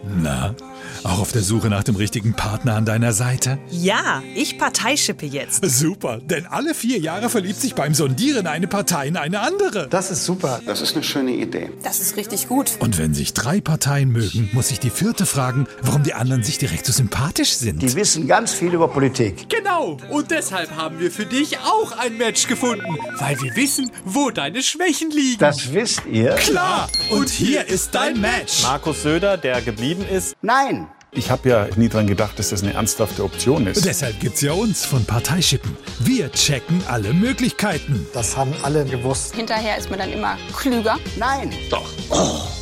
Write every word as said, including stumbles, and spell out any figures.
Na, auch auf der Suche nach dem richtigen Partner an deiner Seite? Ja, ich parteischippe jetzt. Super, denn alle vier Jahre verliebt sich beim Sondieren eine Partei in eine andere. Das ist super. Das ist eine schöne Idee. Das ist richtig gut. Und wenn sich drei Parteien mögen, muss sich die vierte fragen, warum die anderen sich direkt so sympathisch sind. Die wissen ganz viel über Politik. Genau, und deshalb haben wir für dich auch ein Match gefunden, weil wir wissen, wo deine Schwächen liegen. Das wisst ihr? Klar, und hier ist dein Match. Markus Söder, der geblieben ist. Nein. Ich habe ja nie dran gedacht, dass das eine ernsthafte Option ist. Deshalb gibt's ja uns von Parteischippen. Wir checken alle Möglichkeiten. Das haben alle gewusst. Hinterher ist man dann immer klüger. Nein. Doch. Oh.